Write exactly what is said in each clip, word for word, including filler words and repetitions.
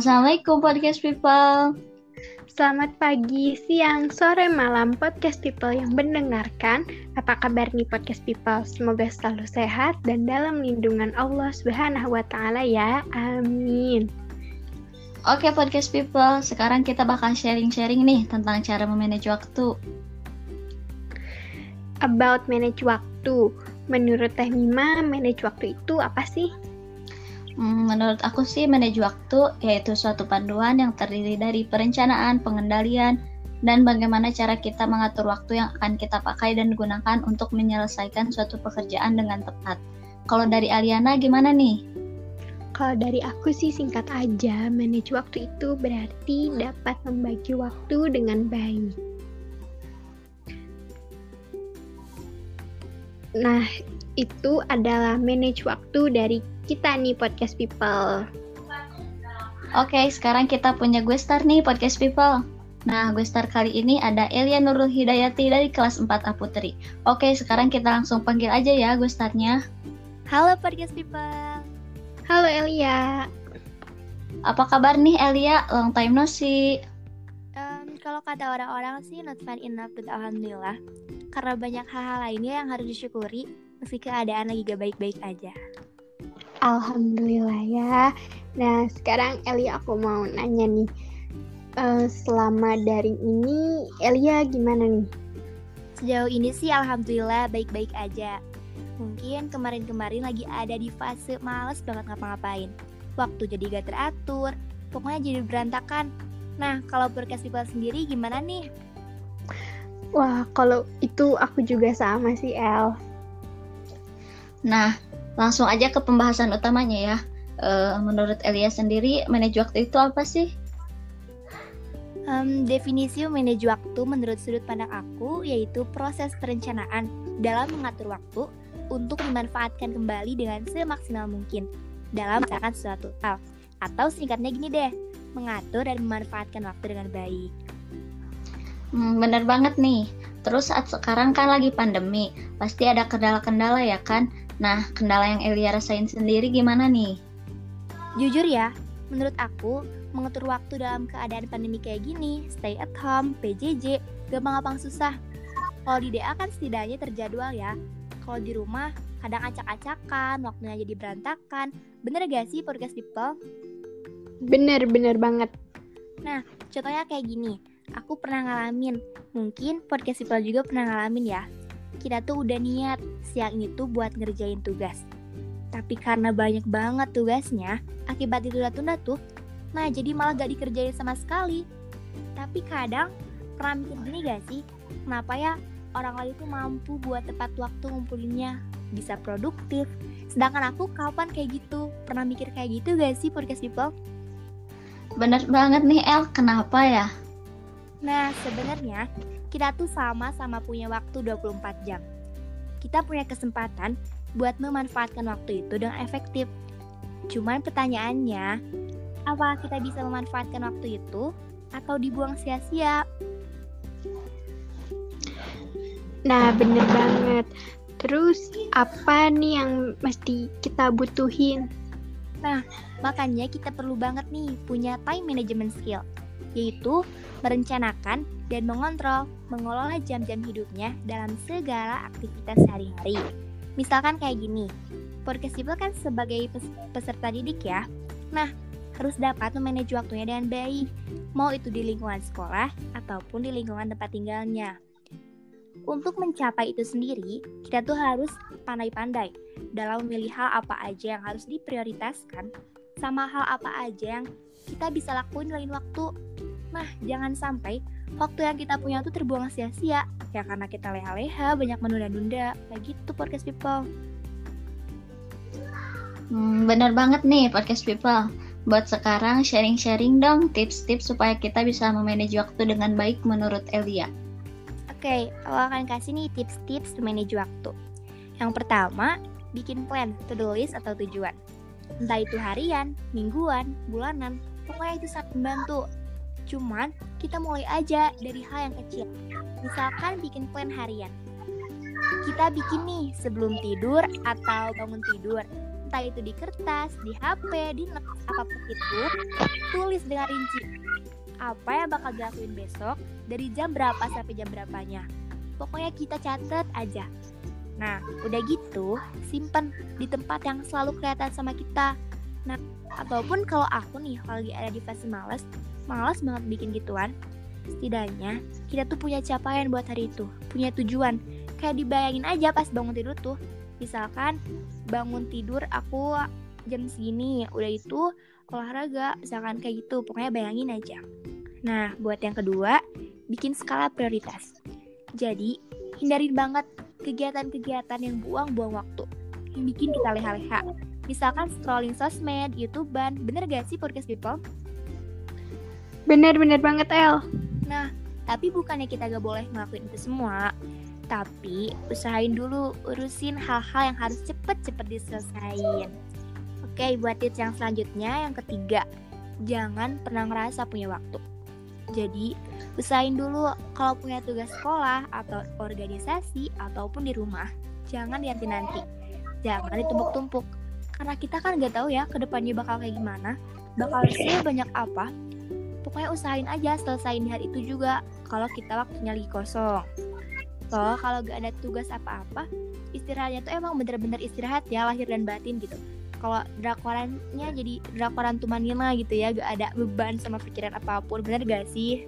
Assalamualaikum podcast people. Selamat pagi, siang, sore, malam podcast people yang mendengarkan. Apa kabar nih podcast people? Semoga selalu sehat dan dalam lindungan Allah Subhanahu wa taala ya. Amin. Oke podcast people, sekarang kita bakal sharing-sharing nih tentang cara memanage waktu. About manage waktu. Menurut Teh Mima, manage waktu itu apa sih? Hmm, menurut aku sih manage waktu yaitu suatu panduan yang terdiri dari perencanaan, pengendalian, dan bagaimana cara kita mengatur waktu yang akan kita pakai dan gunakan untuk menyelesaikan suatu pekerjaan dengan tepat. Kalau dari Aliana gimana nih? Kalau dari aku sih singkat aja, manage waktu itu berarti dapat membagi waktu dengan baik. Nah, itu adalah manage waktu dari kita nih podcast people. Oke, sekarang kita punya gue star nih podcast people. Nah, gue star kali ini ada Elia Nurul Hidayati dari kelas empat A Putri. Oke, sekarang kita langsung panggil aja ya gue starnya. Halo podcast people. Halo Elia. Apa kabar nih Elia? Long time no see. Um, kalau kata orang-orang sih not fine enough, but alhamdulillah. Karena banyak hal-hal lainnya yang harus disyukuri meski keadaan lagi gak baik-baik aja. Alhamdulillah ya. Nah sekarang Elia aku mau nanya nih, uh, selama daring ini Elia gimana nih? Sejauh ini sih alhamdulillah baik-baik aja. Mungkin kemarin-kemarin lagi ada di fase males banget ngapa-ngapain. Waktu jadi gak teratur, pokoknya jadi berantakan. Nah kalau podcast people sendiri gimana nih? Wah kalau itu aku juga sama sih El. Nah, langsung aja ke pembahasan utamanya ya. E, menurut Elia sendiri, manage waktu itu apa sih? Um, definisi manage waktu menurut sudut pandang aku yaitu proses perencanaan dalam mengatur waktu untuk dimanfaatkan kembali dengan semaksimal mungkin dalam melakukan suatu hal. Atau singkatnya gini deh, mengatur dan memanfaatkan waktu dengan baik. Hmm, bener banget nih. Terus saat sekarang kan lagi pandemi, pasti ada kendala-kendala ya kan? Nah, kendala yang Elia rasain sendiri gimana nih? Jujur ya, menurut aku, mengatur waktu dalam keadaan pandemi kayak gini, stay at home, P J J, gampang-gampang susah. Kalau di D A kan setidaknya terjadwal ya. Kalau di rumah, kadang acak-acakan, waktunya jadi berantakan. Bener gak sih podcast people? Bener-bener banget. Nah, contohnya kayak gini. Aku pernah ngalamin, mungkin podcast people juga pernah ngalamin ya. Kita tuh udah niat siang itu buat ngerjain tugas. Tapi karena banyak banget tugasnya, akibat ditunda-tunda tuh, nah jadi malah gak dikerjain sama sekali. Tapi kadang, pernah mikir gini gak sih, kenapa ya orang lain tuh mampu buat tepat waktu ngumpulinnya, bisa produktif. Sedangkan aku kapan kayak gitu, pernah mikir kayak gitu gak sih podcast people? Bener banget nih El, kenapa ya? Nah, sebenarnya kita tuh sama-sama punya waktu dua puluh empat jam. Kita punya kesempatan buat memanfaatkan waktu itu dengan efektif. Cuman pertanyaannya, apa kita bisa memanfaatkan waktu itu atau dibuang sia-sia? Nah, bener banget. Terus apa nih yang mesti kita butuhin? Nah, makanya kita perlu banget nih punya time management skill, yaitu merencanakan dan mengontrol, mengelola jam-jam hidupnya dalam segala aktivitas sehari-hari. Misalkan kayak gini, podcast people kan sebagai pes- peserta didik ya. Nah, harus dapat memanage waktunya dengan baik, mau itu di lingkungan sekolah ataupun di lingkungan tempat tinggalnya. Untuk mencapai itu sendiri, kita tuh harus pandai-pandai dalam memilih hal apa aja yang harus diprioritaskan, sama hal apa aja yang kita bisa lakuin lain waktu. Nah, jangan sampai waktu yang kita punya tuh terbuang sia-sia, ya karena kita leha-leha, banyak menunda-nunda, kayak gitu podcast people. Hmm, bener banget nih podcast people. Buat sekarang sharing-sharing dong tips-tips supaya kita bisa memanage waktu dengan baik menurut Elia. Oke, aku akan kasih nih tips-tips manage waktu. Yang pertama, bikin plan, to-do list atau tujuan. Entah itu harian, mingguan, bulanan, pokoknya itu sangat membantu. Cuman, kita mulai aja dari hal yang kecil. Misalkan bikin plan harian. Kita bikin nih sebelum tidur atau bangun tidur. Entah itu di kertas, di H P, di notes, apapun itu, tulis dengan rinci apa yang bakal dilakuin besok, dari jam berapa sampai jam berapanya. Pokoknya kita catat aja. Nah, udah gitu, simpan di tempat yang selalu kelihatan sama kita. Nah, ataupun kalau aku nih, kalau lagi ada di fase malas, malas banget bikin gituan, setidaknya kita tuh punya capaian buat hari itu, punya tujuan. Kayak dibayangin aja pas bangun tidur tuh, misalkan bangun tidur aku jam segini, udah itu olahraga, misalkan kayak gitu, pokoknya bayangin aja. Nah, buat yang kedua, bikin skala prioritas. Jadi, hindarin banget kegiatan-kegiatan yang buang-buang waktu, yang bikin kita leha-leha. Misalkan scrolling sosmed, YouTubean, bener gak sih podcast people? Bener-bener banget, El. Nah, tapi bukannya kita gak boleh ngelakuin itu semua, tapi usahain dulu urusin hal-hal yang harus cepet-cepet diselesain. Oke, buat tips yang selanjutnya, yang ketiga, jangan pernah ngerasa punya waktu. Jadi, usahain dulu kalau punya tugas sekolah atau organisasi ataupun di rumah, jangan nanti-nanti, jangan ditumpuk-tumpuk. Karena kita kan nggak tahu ya kedepannya bakal kayak gimana, bakal sebanyak apa. Pokoknya usahain aja selesain di hari itu juga kalau kita waktunya lagi kosong. Toh kalau gak ada tugas apa-apa, istirahatnya tuh emang bener-bener istirahat ya, lahir dan batin gitu. Kalau drakorannya jadi drakoran tumanina gitu ya, gak ada beban sama pikiran apapun, bener gak sih?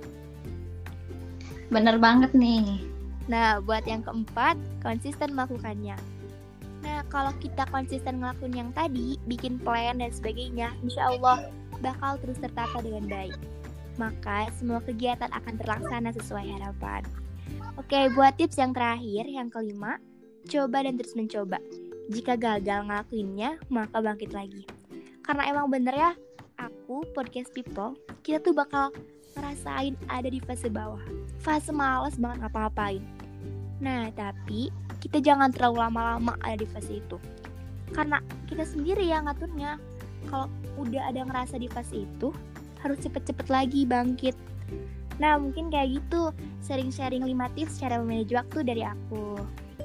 Bener banget nih. Nah, buat yang keempat, konsisten melakukannya. Nah, kalau kita konsisten ngelakuin yang tadi, bikin plan dan sebagainya, insya Allah bakal terus tertata dengan baik. Maka semua kegiatan akan terlaksana sesuai harapan. Oke, buat tips yang terakhir, yang kelima, coba dan terus mencoba. Jika gagal ngelakuinnya, maka bangkit lagi. Karena emang bener ya, aku, podcast people, kita tuh bakal ngerasain ada di fase bawah, fase malas banget ngapa-ngapain. Nah, tapi kita jangan terlalu lama-lama ada di fase itu, karena kita sendiri yang ngaturnya. Kalau udah ada ngerasa di fase itu, harus cepet-cepet lagi bangkit. Nah, mungkin kayak gitu, sharing-sharing lima tips cara memanage waktu dari aku.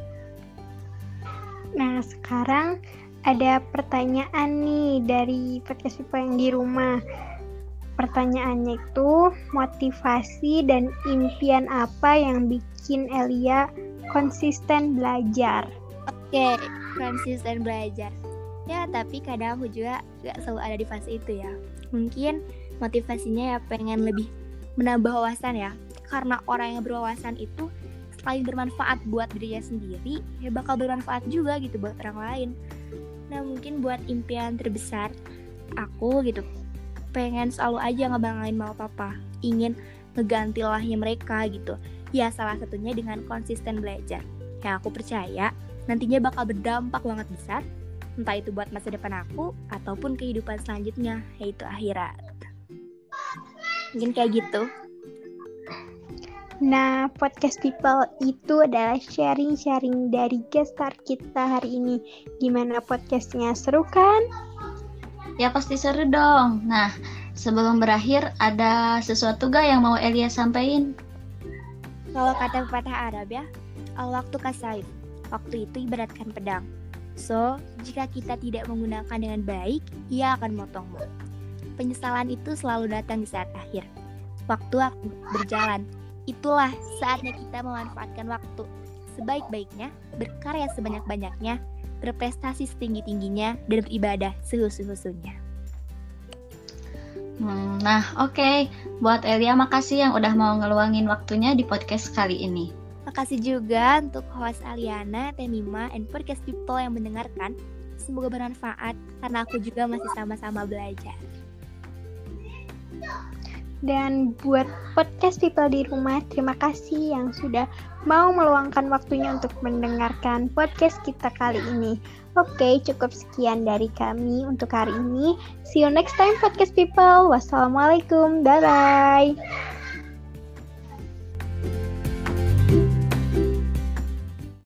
Nah, sekarang ada pertanyaan nih dari podcast people yang di rumah. Pertanyaannya itu, motivasi dan impian apa yang bikin Elia konsisten belajar? Oke, konsisten belajar. Ya, tapi kadang aku juga gak selalu ada di fase itu ya. Mungkin motivasinya ya pengen lebih menambah wawasan ya. Karena orang yang berwawasan itu selain bermanfaat buat dirinya sendiri, ya bakal bermanfaat juga gitu buat orang lain. Nah, mungkin buat impian terbesar aku gitu, pengen selalu aja ngebanggain mama papa, ingin ngeganti lahnya mereka gitu. Ya salah satunya dengan konsisten belajar. Ya aku percaya nantinya bakal berdampak banget besar, entah itu buat masa depan aku ataupun kehidupan selanjutnya, yaitu akhirat. Mungkin kayak gitu. Nah, podcast people itu adalah sharing-sharing dari guest star kita hari ini. Gimana podcastnya, seru kan? Ya pasti seru dong. Nah, sebelum berakhir ada sesuatu gak yang mau Elia sampaikan? Kalau kata pepatah Arab ya, al-waktu kasaif, waktu itu ibaratkan pedang. So, jika kita tidak menggunakan dengan baik, ia akan memotongmu. Penyesalan itu selalu datang di saat akhir. Waktu akan berjalan. Itulah saatnya kita memanfaatkan waktu sebaik-baiknya, berkarya sebanyak-banyaknya, berprestasi setinggi-tingginya, dan beribadah sehusu-husunya. Hmm, nah, oke. Okay. Buat Elia, makasih yang udah mau ngeluangin waktunya di podcast kali ini. Makasih juga untuk host Aliana, Temima, and podcast people yang mendengarkan. Semoga bermanfaat, karena aku juga masih sama-sama belajar. Dan buat podcast people di rumah, terima kasih yang sudah mau meluangkan waktunya untuk mendengarkan podcast kita kali ini. Oke, cukup sekian dari kami untuk hari ini. See you next time podcast people. Wassalamualaikum. Bye-bye.